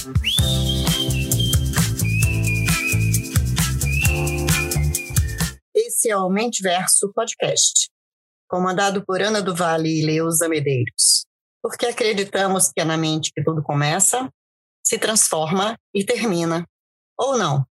Esse é o Mentiverso Podcast, comandado por Ana do Vale e Leusa Medeiros, porque acreditamos que é na mente que tudo começa, se transforma e termina, ou não.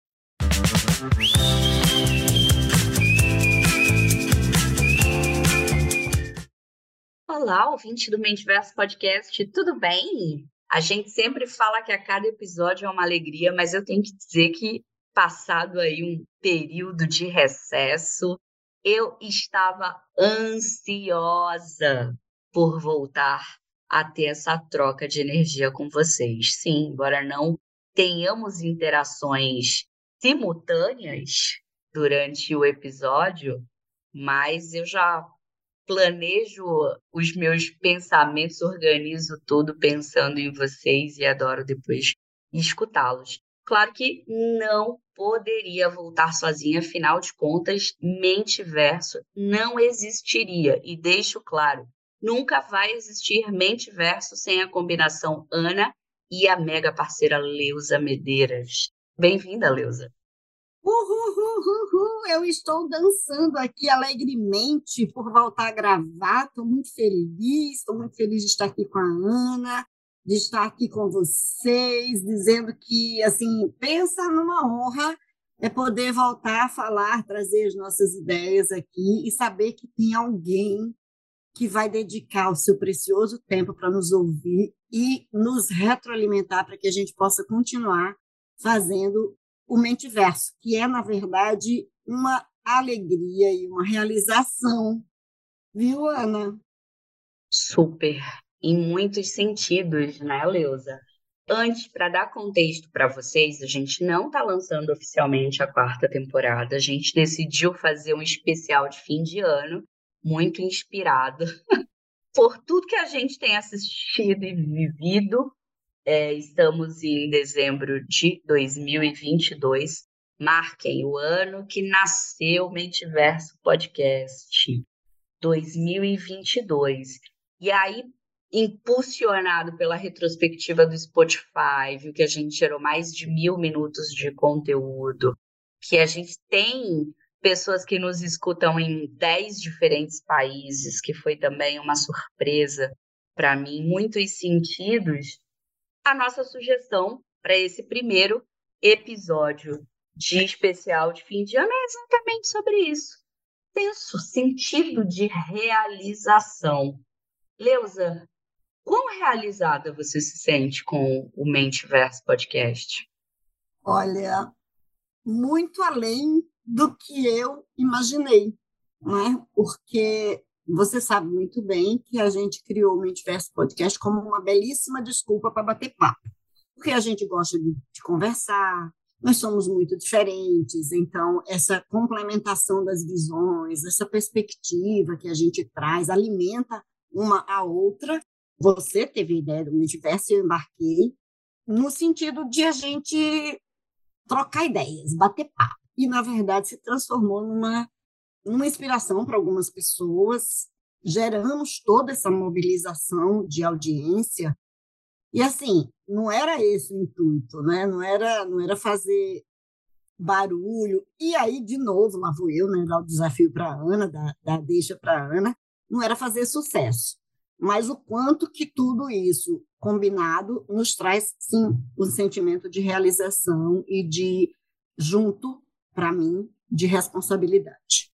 Olá, ouvinte do Mentiverso Podcast, tudo bem? A gente sempre fala que a cada episódio é uma alegria, mas eu tenho que dizer que, passado aí um período de recesso, eu estava ansiosa por voltar a ter essa troca de energia com vocês. Sim, embora não tenhamos interações simultâneas durante o episódio, mas eu já planejo os meus pensamentos, organizo tudo pensando em vocês e adoro depois escutá-los. Claro que não poderia voltar sozinha, afinal de contas, Mentiverso não existiria. E deixo claro, nunca vai existir Mentiverso sem a combinação Ana e a mega parceira Leusa Medeiros. Bem-vinda, Leusa. Eu estou dançando aqui alegremente por voltar a gravar. Estou muito feliz de estar aqui com a Ana, de estar aqui com vocês, dizendo que, assim, pensa numa honra é poder voltar a falar, trazer as nossas ideias aqui e saber que tem alguém que vai dedicar o seu precioso tempo para nos ouvir e nos retroalimentar para que a gente possa continuar fazendo o Mentiverso, que é, na verdade, uma alegria e uma realização, viu, Ana? Super, em muitos sentidos, né, Leusa? Antes, para dar contexto para vocês, a gente não está lançando oficialmente a 4ª temporada, a gente decidiu fazer um especial de fim de ano, muito inspirado por tudo que a gente tem assistido e vivido. Estamos em dezembro de 2022. Marquem o ano que nasceu o Mentiverso Podcast, 2022. E aí, impulsionado pela retrospectiva do Spotify, viu que a gente gerou mais de 1.000 minutos de conteúdo, que a gente tem pessoas que nos escutam em 10 diferentes países, que foi também uma surpresa para mim, em muitos sentidos. A nossa sugestão para esse primeiro episódio de especial de fim de ano é exatamente sobre isso. Penso, sentido de realização. Leusa, quão realizada você se sente com o Mentiverso Podcast? Olha, muito além do que eu imaginei, né? Porque você sabe muito bem que a gente criou o Mentiverso Podcast como uma belíssima desculpa para bater papo, porque a gente gosta de conversar, nós somos muito diferentes, então essa complementação das visões, essa perspectiva que a gente traz, alimenta uma a outra. Você teve a ideia do Mentiverso e eu embarquei, no sentido de a gente trocar ideias, bater papo. E, na verdade, se transformou numa inspiração para algumas pessoas, geramos toda essa mobilização de audiência. E, assim, não era esse o intuito, né? Não era fazer barulho. E aí, de novo, lá vou eu, né, dar o desafio para a Ana, dar deixa para a Ana, não era fazer sucesso. Mas o quanto que tudo isso combinado nos traz, sim, um sentimento de realização e de, junto, para mim, de responsabilidade.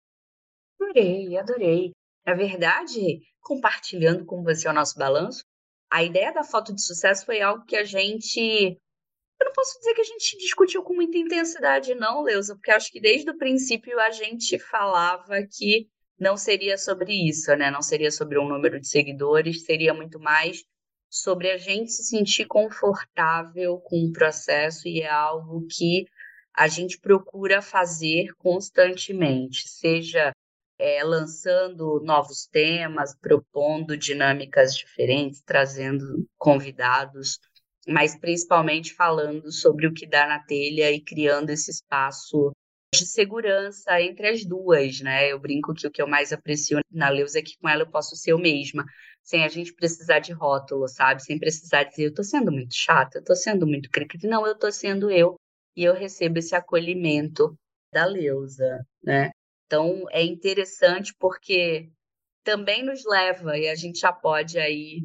Adorei. Na verdade, compartilhando com você o nosso balanço, a ideia da foto de sucesso foi algo que eu não posso dizer que a gente discutiu com muita intensidade, não, Leusa, porque acho que desde o princípio a gente falava que não seria sobre isso, né? Não seria sobre um número de seguidores, seria muito mais sobre a gente se sentir confortável com o processo, e é algo que a gente procura fazer constantemente, seja lançando novos temas, propondo dinâmicas diferentes, trazendo convidados, mas principalmente falando sobre o que dá na telha e criando esse espaço de segurança entre as duas, né? Eu brinco que o que eu mais aprecio na Leusa é que com ela eu posso ser eu mesma. sem a gente precisar de rótulo, sabe? Sem precisar dizer, eu tô sendo muito chata, eu tô sendo muito cri-cri. Não, eu tô sendo eu, e eu recebo esse acolhimento da Leusa, né? Então, é interessante porque também nos leva, e a gente já pode aí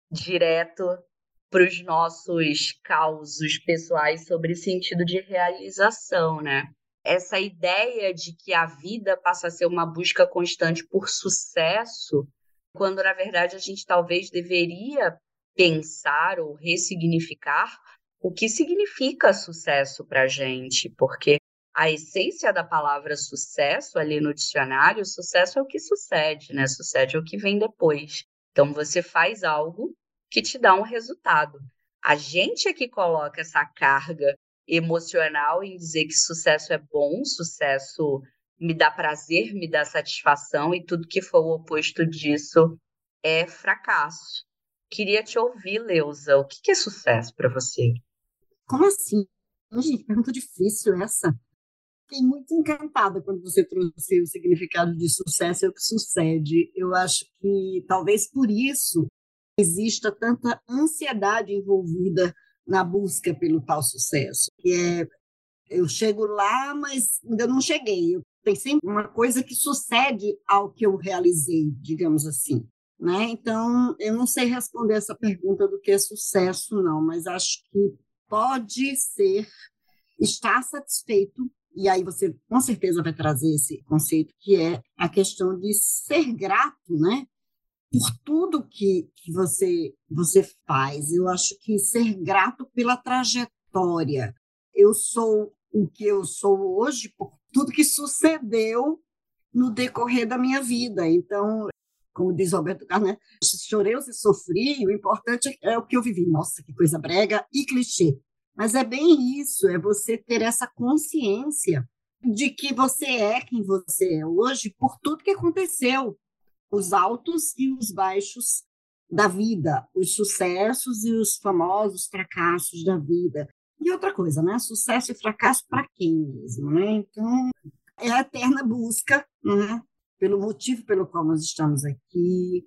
direto para os nossos causos pessoais sobre sentido de realização, né? Essa ideia de que a vida passa a ser uma busca constante por sucesso, quando na verdade a gente talvez deveria pensar ou ressignificar o que significa sucesso para a gente, porque a essência da palavra sucesso ali no dicionário, sucesso é o que sucede, né? Sucede é o que vem depois. Então você faz algo que te dá um resultado. A gente é que coloca essa carga emocional em dizer que sucesso é bom, sucesso me dá prazer, me dá satisfação e tudo que for o oposto disso é fracasso. Queria te ouvir, Leusa, o que é sucesso para você? Como assim? Gente, pergunta difícil essa. Fiquei muito encantada quando você trouxe o significado de sucesso e o que sucede. Eu acho que talvez por isso exista tanta ansiedade envolvida na busca pelo tal sucesso, que é eu chego lá, mas ainda não cheguei. Tem sempre uma coisa que sucede ao que eu realizei, digamos assim. Né? Então, eu não sei responder essa pergunta do que é sucesso, não, mas acho que pode ser estar satisfeito, e aí você com certeza vai trazer esse conceito, que é a questão de ser grato, né? Por tudo que você faz. Eu acho que ser grato pela trajetória. Eu sou o que eu sou hoje por tudo que sucedeu no decorrer da minha vida. Então, como diz Roberto Carlos, né? Se chorei ou se sofri, o importante é o que eu vivi. Nossa, que coisa brega e clichê. Mas é bem isso, é você ter essa consciência de que você é quem você é hoje por tudo que aconteceu, os altos e os baixos da vida, os sucessos e os famosos fracassos da vida. E outra coisa, né? Sucesso e fracasso para quem mesmo, né? Então, é a eterna busca, né? Pelo motivo pelo qual nós estamos aqui,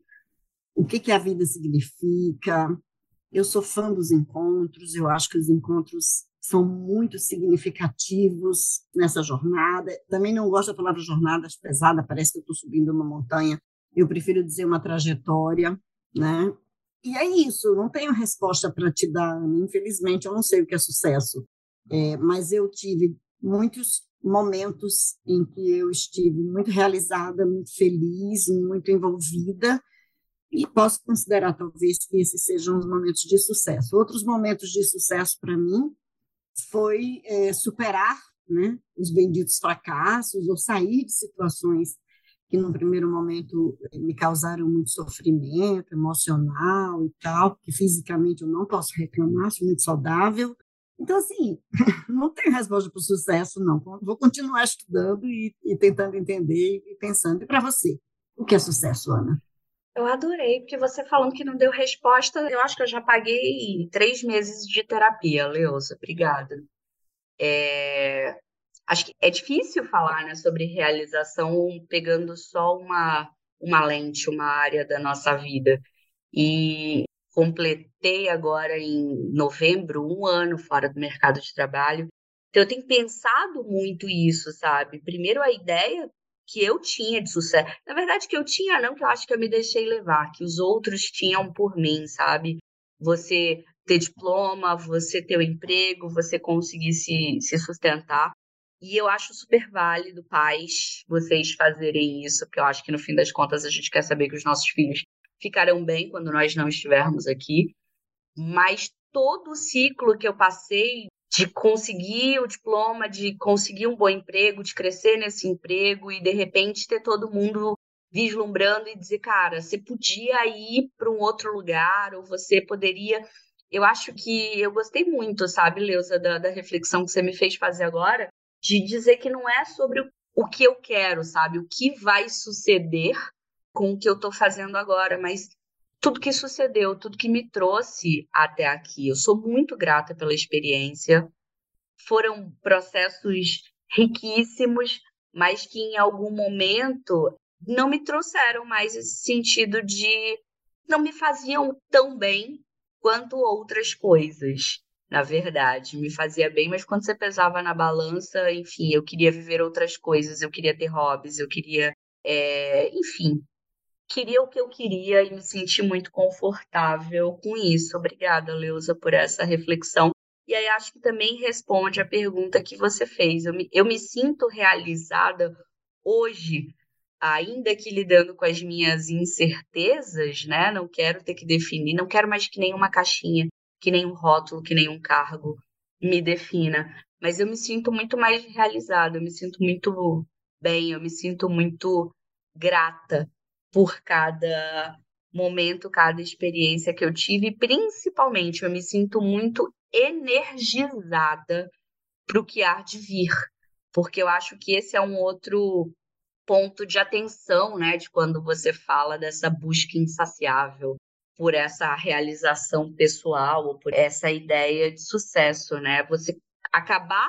o que a vida significa. Eu sou fã dos encontros, eu acho que os encontros são muito significativos nessa jornada. Também não gosto da palavra jornada, acho pesada, parece que eu estou subindo uma montanha. Eu prefiro dizer uma trajetória, né? E é isso, não tenho resposta para te dar, infelizmente, eu não sei o que é sucesso, mas eu tive muitos momentos em que eu estive muito realizada, muito feliz, muito envolvida, e posso considerar, talvez, que esses sejam os momentos de sucesso. Outros momentos de sucesso para mim foi superar, né, os benditos fracassos ou sair de situações que, num primeiro momento, me causaram muito sofrimento emocional e tal, que fisicamente eu não posso reclamar, sou muito saudável. Então, assim, não tenho resposta para o sucesso, não. Vou continuar estudando e tentando entender e pensando. E para você, o que é sucesso, Ana? Eu adorei, porque você falando que não deu resposta, eu acho que eu já paguei 3 meses de terapia, Leusa. Obrigada. Acho que é difícil falar, né, sobre realização pegando só uma lente, uma área da nossa vida. E completei agora em novembro 1 ano fora do mercado de trabalho. Então, eu tenho pensado muito isso, sabe? Primeiro, a ideia que eu tinha de sucesso. Na verdade, que eu tinha, não, que eu acho que eu me deixei levar, que os outros tinham por mim, sabe? Você ter diploma, você ter o emprego, você conseguir se sustentar. E eu acho super válido, pais, vocês fazerem isso, porque eu acho que no fim das contas a gente quer saber que os nossos filhos ficarão bem quando nós não estivermos aqui. Mas todo o ciclo que eu passei de conseguir o diploma, de conseguir um bom emprego, de crescer nesse emprego e de repente ter todo mundo vislumbrando e dizer, cara, você podia ir para um outro lugar ou você poderia. Eu acho que eu gostei muito, sabe, Leusa, da reflexão que você me fez fazer agora, de dizer que não é sobre o que eu quero, sabe, o que vai suceder com o que eu estou fazendo agora, mas tudo que sucedeu, tudo que me trouxe até aqui. Eu sou muito grata pela experiência. Foram processos riquíssimos, mas que em algum momento não me trouxeram mais esse sentido de não me faziam tão bem quanto outras coisas. Na verdade, me fazia bem, mas quando você pesava na balança, enfim, eu queria viver outras coisas, eu queria ter hobbies, eu queria, enfim, queria o que eu queria e me senti muito confortável com isso. Obrigada, Leusa, por essa reflexão. E aí acho que também responde a pergunta que você fez. Eu me sinto realizada hoje, ainda que lidando com as minhas incertezas, né? Não quero ter que definir, não quero mais que nenhuma caixinha, que nenhum rótulo, que nenhum cargo me defina. Mas eu me sinto muito mais realizada, eu me sinto muito bem, eu me sinto muito grata por cada momento, cada experiência que eu tive, e principalmente eu me sinto muito energizada para o que há de vir, porque eu acho que esse é um outro ponto de atenção, né, de quando você fala dessa busca insaciável por essa realização pessoal ou por essa ideia de sucesso, né? Você acabar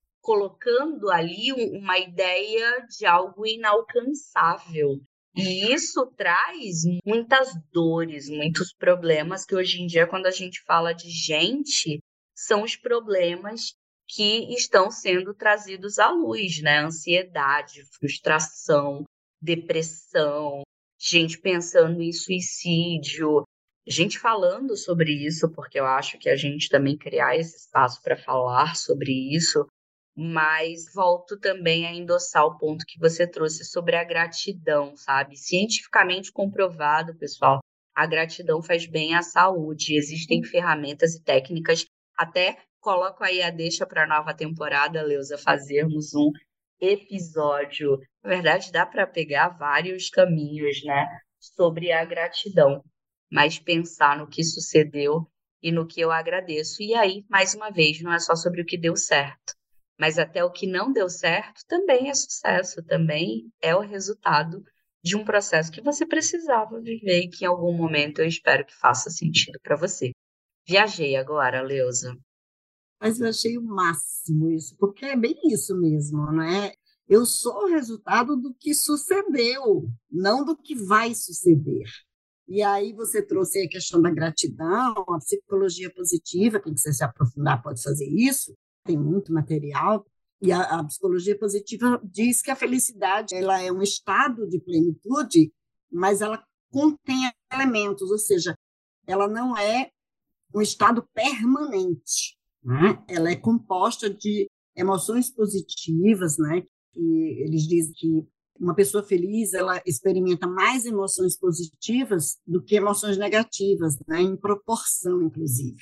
colocando ali uma ideia de algo inalcançável. E isso traz muitas dores, muitos problemas que hoje em dia, quando a gente fala de gente, são os problemas que estão sendo trazidos à luz, né? Ansiedade, frustração, depressão, gente pensando em suicídio, gente falando sobre isso, porque eu acho que a gente também criar esse espaço para falar sobre isso, mas volto também a endossar o ponto que você trouxe sobre a gratidão, sabe? Cientificamente comprovado, pessoal, a gratidão faz bem à saúde. Existem ferramentas e técnicas, até coloco aí a deixa para a nova temporada, Leusa, fazermos um episódio. Na verdade, dá para pegar vários caminhos, né, sobre a gratidão, mas pensar no que sucedeu e no que eu agradeço. E aí, mais uma vez, não é só sobre o que deu certo, mas até o que não deu certo também é sucesso, também é o resultado de um processo que você precisava viver e que em algum momento eu espero que faça sentido para você. Viajei agora, Leusa. Mas eu achei o máximo isso, porque é bem isso mesmo, né? Eu sou o resultado do que sucedeu, não do que vai suceder. E aí você trouxe a questão da gratidão, a psicologia positiva, quem quiser se aprofundar pode fazer isso, tem muito material. E a psicologia positiva diz que a felicidade ela é um estado de plenitude, mas ela contém elementos, ou seja, ela não é um estado permanente, né? Ela é composta de emoções positivas, né? E eles dizem que uma pessoa feliz ela experimenta mais emoções positivas do que emoções negativas, né? Em proporção, inclusive.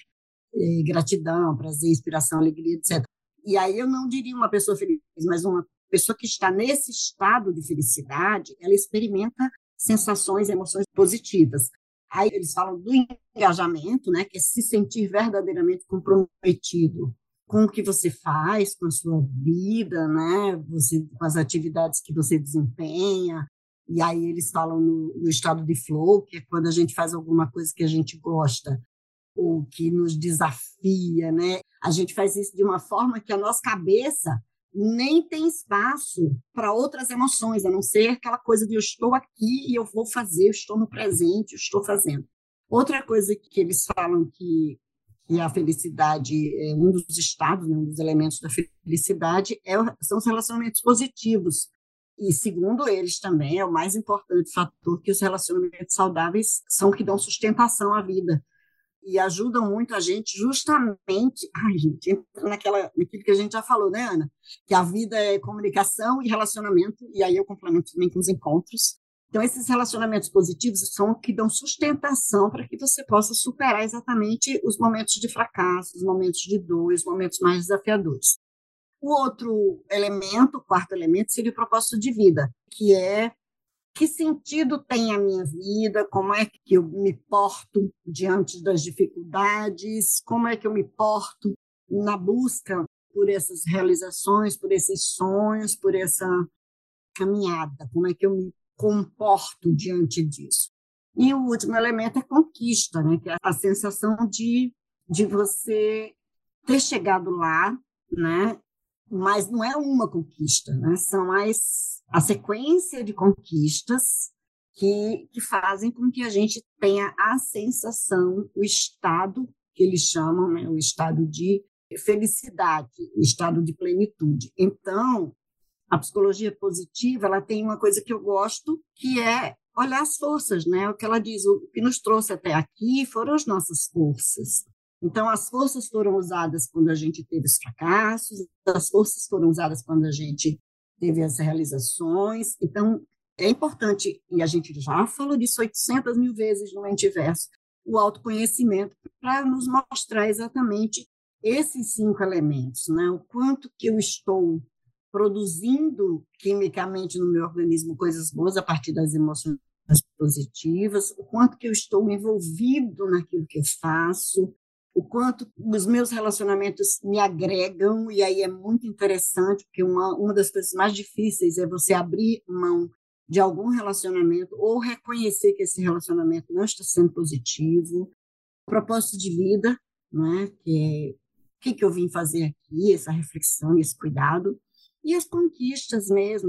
Gratidão, prazer, inspiração, alegria, etc. E aí eu não diria uma pessoa feliz, mas uma pessoa que está nesse estado de felicidade, ela experimenta sensações, emoções positivas. Aí eles falam do engajamento, né, que é se sentir verdadeiramente comprometido com o que você faz, com a sua vida, né, com as atividades que você desempenha. E aí eles falam no estado de flow, que é quando a gente faz alguma coisa que a gente gosta, ou que nos desafia, né? A gente faz isso de uma forma que a nossa cabeça nem tem espaço para outras emoções, a não ser aquela coisa de eu estou aqui e eu vou fazer, eu estou no presente, eu estou fazendo. Outra coisa que eles falam que a felicidade é um dos estados, né, um dos elementos da felicidade, são os relacionamentos positivos. E, segundo eles, também é o mais importante fator, que os relacionamentos saudáveis são que dão sustentação à vida e ajudam muito a gente justamente, ai, gente, entra naquilo que a gente já falou, né, Ana? Que a vida é comunicação e relacionamento, e aí eu complemento também com os encontros. Então, esses relacionamentos positivos são o que dão sustentação para que você possa superar exatamente os momentos de fracasso, os momentos de dor, os momentos mais desafiadores. O outro elemento, o quarto elemento, seria o propósito de vida, que é que sentido tem a minha vida, como é que eu me porto diante das dificuldades, como é que eu me porto na busca por essas realizações, por esses sonhos, por essa caminhada, como é que eu me comporto diante disso. E o último elemento é conquista, né? Que é a sensação de você ter chegado lá, né? Mas não é uma conquista, né? São a sequência de conquistas que fazem com que a gente tenha a sensação, o estado que eles chamam, né, o estado de felicidade, o estado de plenitude. Então, a psicologia positiva, ela tem uma coisa que eu gosto, que é olhar as forças, né? O que ela diz, o que nos trouxe até aqui foram as nossas forças. Então, as forças foram usadas quando a gente teve os fracassos, as forças foram usadas quando a gente teve as realizações. Então, é importante, e a gente já falou disso 800 mil vezes no Mentiverso, o autoconhecimento para nos mostrar exatamente esses 5 elementos, né? O quanto que eu estou produzindo quimicamente no meu organismo coisas boas a partir das emoções positivas, o quanto que eu estou envolvido naquilo que eu faço, o quanto os meus relacionamentos me agregam, e aí é muito interessante, porque uma das coisas mais difíceis é você abrir mão de algum relacionamento ou reconhecer que esse relacionamento não está sendo positivo. O propósito de vida, né, que é o que eu vim fazer aqui, essa reflexão, esse cuidado, e as conquistas mesmo.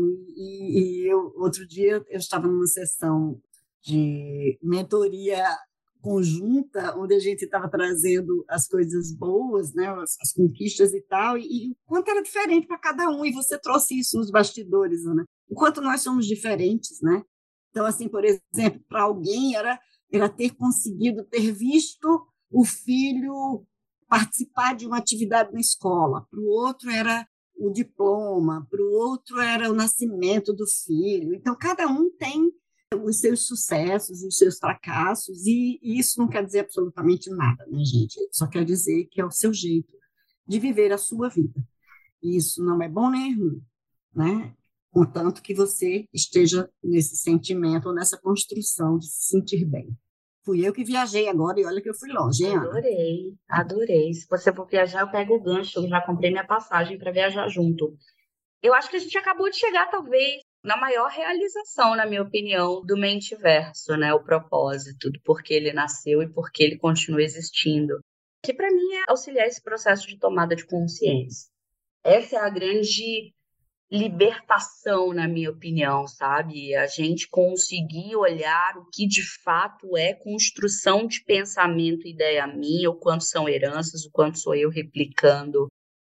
Outro dia, eu estava numa sessão de mentoria conjunta, onde a gente estava trazendo as coisas boas, né, as conquistas e tal, e o quanto era diferente para cada um, e você trouxe isso nos bastidores, né? O quanto nós somos diferentes, né? Então, assim, por exemplo, para alguém era ter conseguido ter visto o filho participar de uma atividade na escola, para o outro era o diploma, para o outro era o nascimento do filho. Então, cada um tem os seus sucessos, os seus fracassos, e isso não quer dizer absolutamente nada, né, gente? Só quer dizer que é o seu jeito de viver a sua vida. E isso não é bom nem ruim, né? Contanto que você esteja nesse sentimento ou nessa construção de se sentir bem. Fui eu que viajei agora e olha que eu fui longe, hein, Ana? Adorei. Se você for viajar, eu pego o gancho, eu já comprei minha passagem para viajar junto. Eu acho que a gente acabou de chegar, talvez, na maior realização, na minha opinião, do Mentiverso, né? O propósito, do porquê ele nasceu e porquê ele continua existindo. Que, para mim, é auxiliar esse processo de tomada de consciência. Essa é a grande libertação, na minha opinião, sabe? A gente conseguir olhar o que de fato é construção de pensamento e ideia minha, o quanto são heranças, o quanto sou eu replicando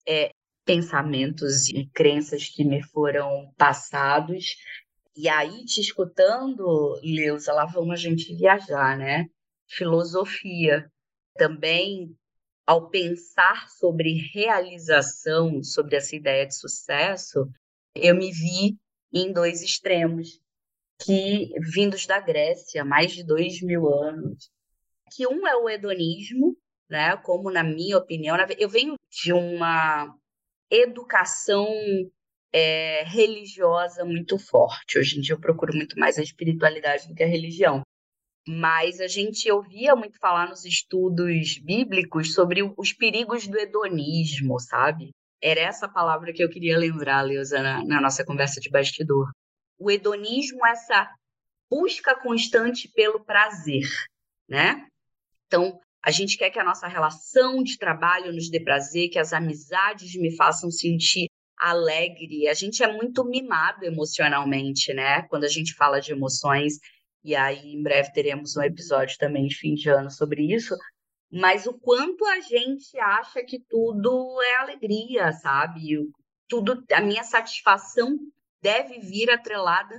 pensamentos e crenças que me foram passados. E aí, te escutando, Leusa, lá vamos a gente viajar, né? Filosofia. Também, ao pensar sobre realização, sobre essa ideia de sucesso, eu me vi em 2 extremos, que vindos da Grécia, mais de 2.000 anos. Que um é o hedonismo, né? Como, na minha opinião, eu venho de uma educação religiosa muito forte. Hoje em dia eu procuro muito mais a espiritualidade do que a religião. Mas a gente ouvia muito falar nos estudos bíblicos sobre os perigos do hedonismo, sabe? Era essa palavra que eu queria lembrar, Leusa, na nossa conversa de bastidor. O hedonismo é essa busca constante pelo prazer, né? Então, a gente quer que a nossa relação de trabalho nos dê prazer, que as amizades me façam sentir alegre. A gente é muito mimado emocionalmente, né? Quando a gente fala de emoções, e aí em breve teremos um episódio também de fim de ano sobre isso, mas o quanto a gente acha que tudo é alegria, sabe? A minha satisfação deve vir atrelada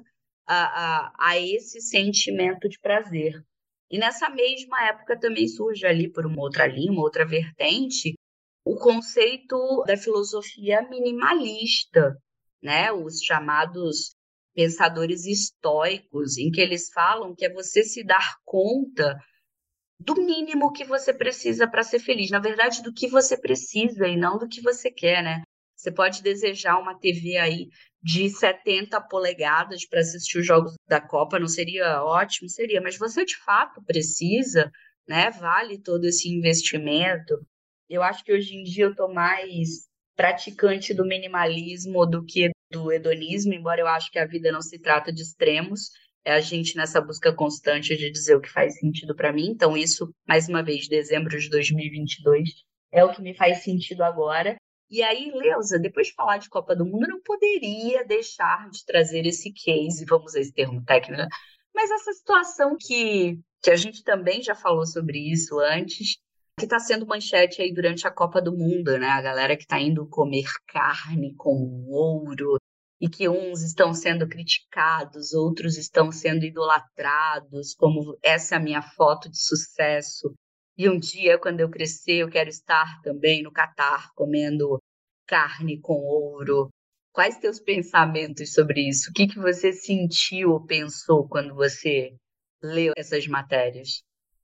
a esse sentimento de prazer. E nessa mesma época também surge ali, por uma outra linha, uma outra vertente, o conceito da filosofia minimalista, né? Os chamados pensadores estoicos, em que eles falam que é você se dar conta do mínimo que você precisa para ser feliz. Na verdade, do que você precisa e não do que você quer, né? Você pode desejar uma TV aí de 70 polegadas para assistir os jogos da Copa, não seria ótimo? Seria, mas você de fato precisa, né? Vale todo esse investimento. Eu acho que hoje em dia eu estou mais praticante do minimalismo do que do hedonismo, embora eu acho que a vida não se trata de extremos. É a gente nessa busca constante de dizer o que faz sentido para mim. Então, isso, mais uma vez, dezembro de 2022, é o que me faz sentido agora. E aí, Leusa, depois de falar de Copa do Mundo, eu não poderia deixar de trazer esse case, vamos usar esse termo técnico, né? Mas essa situação que a gente também já falou sobre isso antes, que está sendo manchete aí durante a Copa do Mundo, né? A galera que está indo comer carne com ouro e que uns estão sendo criticados, outros estão sendo idolatrados, como essa é a minha foto de sucesso. E um dia, quando eu crescer, eu quero estar também no Catar comendo carne com ouro. Quais teus pensamentos sobre isso? O que você sentiu ou pensou quando você leu essas matérias?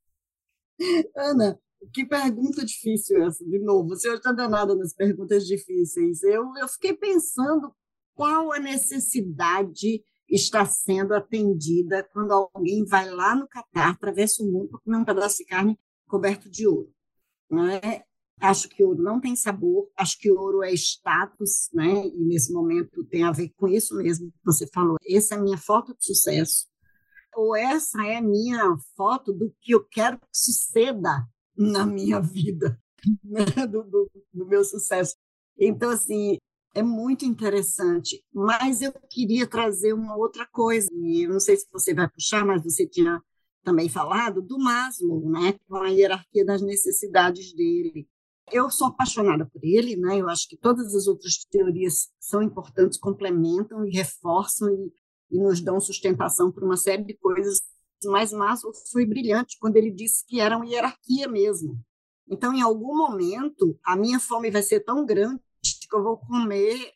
Ana, que pergunta difícil essa, de novo. Você hoje está danada nas perguntas difíceis. Eu fiquei pensando qual a necessidade está sendo atendida quando alguém vai lá no Catar, atravessa o mundo para comer um pedaço de carne coberto de ouro. Não é? Acho que ouro não tem sabor, acho que ouro é status, né? E nesse momento tem a ver com isso mesmo que você falou. Essa é a minha foto de sucesso, ou essa é a minha foto do que eu quero que suceda na minha vida, né? do meu sucesso. Então, assim, é muito interessante, mas eu queria trazer uma outra coisa, e eu não sei se você vai puxar, mas você tinha também falado do Maslow, né, com a hierarquia das necessidades dele. Eu sou apaixonada por ele, né? Eu acho que todas as outras teorias são importantes, complementam e reforçam e nos dão sustentação para uma série de coisas, mas Maslow foi brilhante quando ele disse que era uma hierarquia mesmo. Então, em algum momento, a minha fome vai ser tão grande que eu vou comer,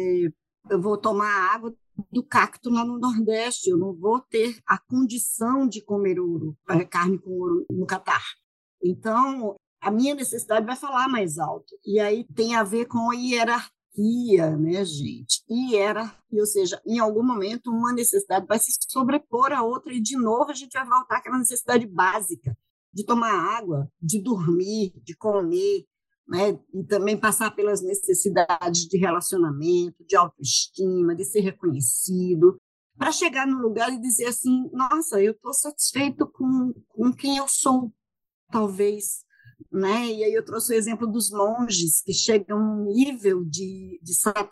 eu vou tomar água do cacto lá no Nordeste, eu não vou ter a condição de comer ouro, carne com ouro no Catar. Então, a minha necessidade vai falar mais alto. E aí tem a ver com a hierarquia, né, gente? Hierarquia, ou seja, em algum momento uma necessidade vai se sobrepor à outra e, de novo, a gente vai voltar àquela necessidade básica de tomar água, de dormir, de comer, né? E também passar pelas necessidades de relacionamento, de autoestima, de ser reconhecido, para chegar no lugar e dizer assim, nossa, eu estou satisfeito com quem eu sou, talvez, né? E aí eu trouxe o exemplo dos monges que chegam a um nível de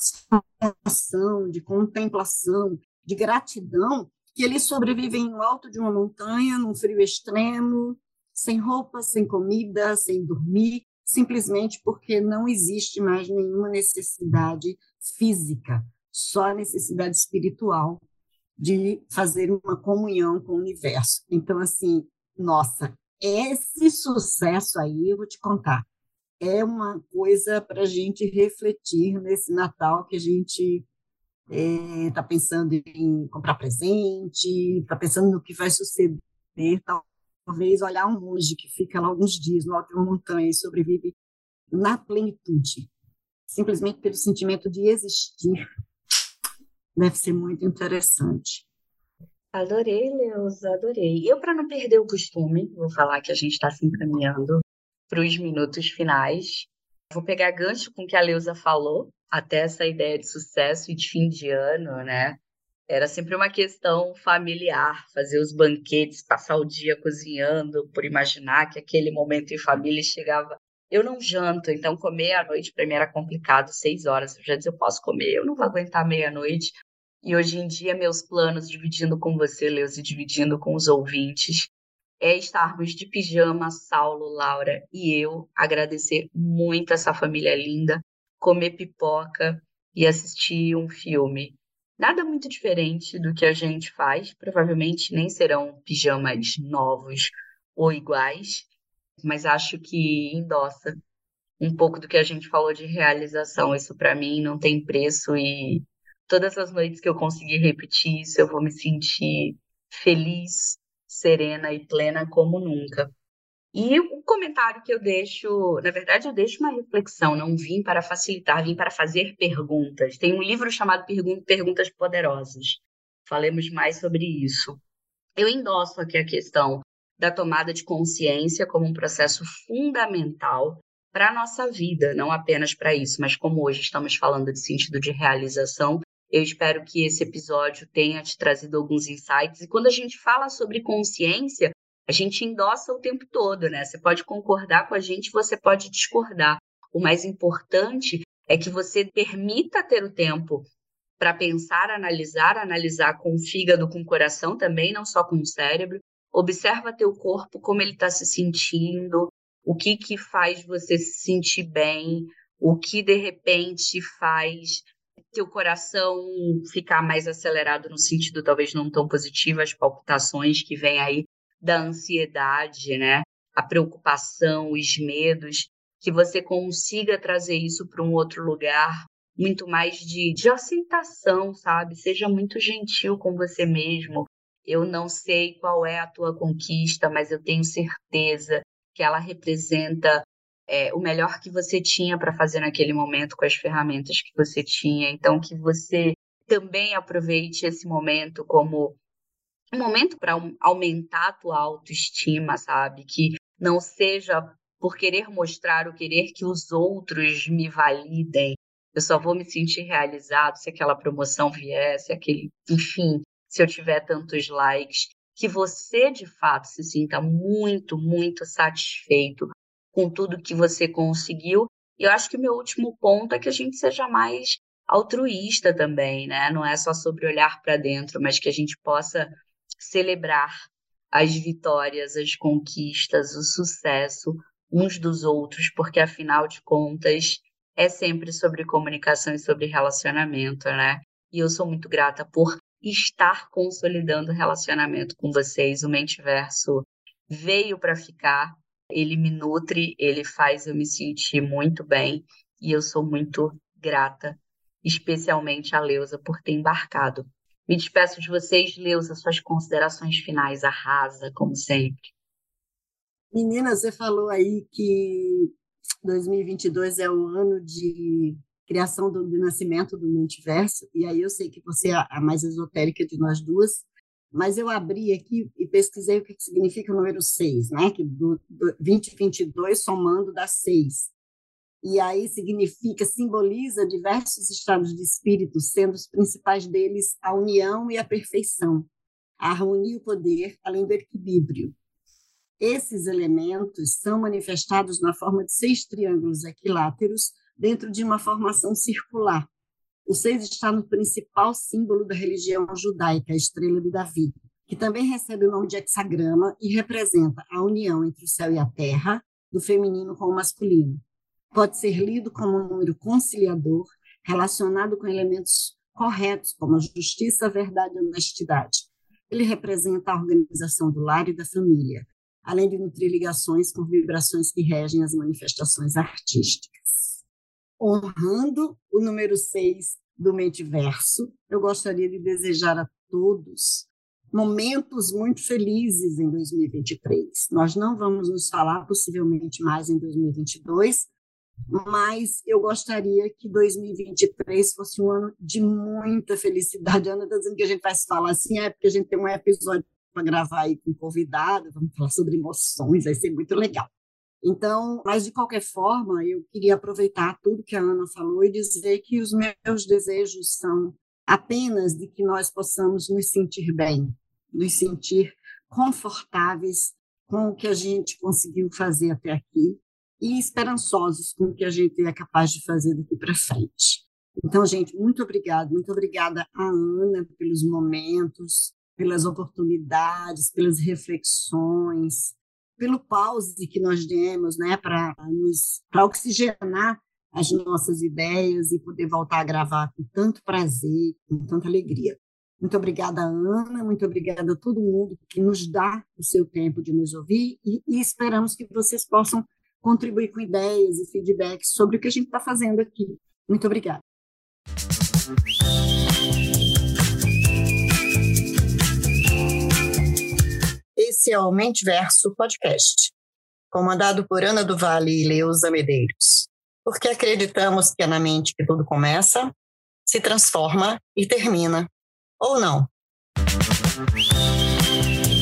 satisfação, de contemplação, de gratidão, que eles sobrevivem no alto de uma montanha, num frio extremo, sem roupa, sem comida, sem dormir, simplesmente porque não existe mais nenhuma necessidade física, só a necessidade espiritual de fazer uma comunhão com o universo. Então, assim, nossa, esse sucesso aí, eu vou te contar, é uma coisa para a gente refletir nesse Natal que a gente está pensando em comprar presente, está pensando no que vai suceder, talvez olhar um monge que fica lá alguns dias no alto de uma montanha e sobrevive na plenitude, simplesmente pelo sentimento de existir, deve ser muito interessante. Adorei, Leusa, adorei. Eu, para não perder o costume, vou falar que a gente está se encaminhando para os minutos finais. Vou pegar gancho com o que a Leusa falou, até essa ideia de sucesso e de fim de ano, né? Era sempre uma questão familiar, fazer os banquetes, passar o dia cozinhando, por imaginar que aquele momento em família chegava. Eu não janto, então comer à noite para mim era complicado, 6 horas. Eu já disse, eu posso comer, eu não vou aguentar meia-noite. E hoje em dia, meus planos, dividindo com você, Leusa, e dividindo com os ouvintes, é estarmos de pijama, Saulo, Laura e eu, agradecer muito essa família linda, comer pipoca e assistir um filme. Nada muito diferente do que a gente faz, provavelmente nem serão pijamas novos ou iguais, mas acho que endossa um pouco do que a gente falou de realização. Isso para mim não tem preço e todas as noites que eu conseguir repetir isso, eu vou me sentir feliz, serena e plena como nunca. E o comentário que eu deixo, na verdade, eu deixo uma reflexão, não vim para facilitar, vim para fazer perguntas. Tem um livro chamado Perguntas Poderosas. Falemos mais sobre isso. Eu endosso aqui a questão da tomada de consciência como um processo fundamental para a nossa vida, não apenas para isso, mas como hoje estamos falando de sentido de realização, eu espero que esse episódio tenha te trazido alguns insights. E quando a gente fala sobre consciência, a gente endossa o tempo todo, né? Você pode concordar com a gente, você pode discordar. O mais importante é que você permita ter o tempo para pensar, analisar com o fígado, com o coração também, não só com o cérebro. Observa teu corpo, como ele está se sentindo, o que faz você se sentir bem, o que, de repente, faz teu coração ficar mais acelerado no sentido talvez não tão positivo, as palpitações que vêm aí da ansiedade, né? A preocupação, os medos, que você consiga trazer isso para um outro lugar, muito mais de aceitação, sabe? Seja muito gentil com você mesmo. Eu não sei qual é a tua conquista, mas eu tenho certeza que ela representa o melhor que você tinha para fazer naquele momento com as ferramentas que você tinha. Então, que você também aproveite esse momento como um momento para aumentar a tua autoestima, sabe? Que não seja por querer mostrar ou querer que os outros me validem. Eu só vou me sentir realizado se aquela promoção vier, enfim, se eu tiver tantos likes. Que você, de fato, se sinta muito, muito satisfeito com tudo que você conseguiu. E eu acho que o meu último ponto é que a gente seja mais altruísta também, né? Não é só sobre olhar para dentro, mas que a gente possa celebrar as vitórias, as conquistas, o sucesso uns dos outros, porque, afinal de contas, é sempre sobre comunicação e sobre relacionamento, né? E eu sou muito grata por estar consolidando o relacionamento com vocês. O Mentiverso veio para ficar, ele me nutre, ele faz eu me sentir muito bem, e eu sou muito grata, especialmente a Leusa, por ter embarcado. Me despeço de vocês, Leusa, suas considerações finais, arrasa, como sempre. Menina, você falou aí que 2022 é o ano de criação do nascimento do Mentiverso, e aí eu sei que você é a mais esotérica de nós duas, mas eu abri aqui e pesquisei o que significa o número 6, né? Que do 2022 somando dá 6. E aí simboliza diversos estados de espírito, sendo os principais deles a união e a perfeição, a harmonia e o poder, além do equilíbrio. Esses elementos são manifestados na forma de 6 triângulos equiláteros dentro de uma formação circular. O 6 está no principal símbolo da religião judaica, a estrela de Davi, que também recebe o nome de hexagrama e representa a união entre o céu e a terra, do feminino com o masculino. Pode ser lido como um número conciliador, relacionado com elementos corretos, como a justiça, a verdade e a honestidade. Ele representa a organização do lar e da família, além de nutrir ligações com vibrações que regem as manifestações artísticas. Honrando o número 6 do Mentiverso, eu gostaria de desejar a todos momentos muito felizes em 2023. Nós não vamos nos falar possivelmente mais em 2022, mas eu gostaria que 2023 fosse um ano de muita felicidade. A Ana está dizendo que a gente vai se falar assim, porque a gente tem um episódio para gravar aí com convidado, vamos falar sobre emoções, vai ser muito legal. Então, mas de qualquer forma, eu queria aproveitar tudo que a Ana falou e dizer que os meus desejos são apenas de que nós possamos nos sentir bem, nos sentir confortáveis com o que a gente conseguiu fazer até aqui e esperançosos com o que a gente é capaz de fazer daqui para frente. Então, gente, muito obrigada a Ana pelos momentos, pelas oportunidades, pelas reflexões, pelo pause que nós demos, né, para oxigenar as nossas ideias e poder voltar a gravar com tanto prazer, com tanta alegria. Muito obrigada, Ana, muito obrigada a todo mundo que nos dá o seu tempo de nos ouvir e esperamos que vocês possam contribuir com ideias e feedbacks sobre o que a gente está fazendo aqui. Muito obrigada. Esse é o Mentiverso Podcast, comandado por Ana do Vale e Leusa Medeiros, porque acreditamos que é na mente que tudo começa, se transforma e termina. Ou não?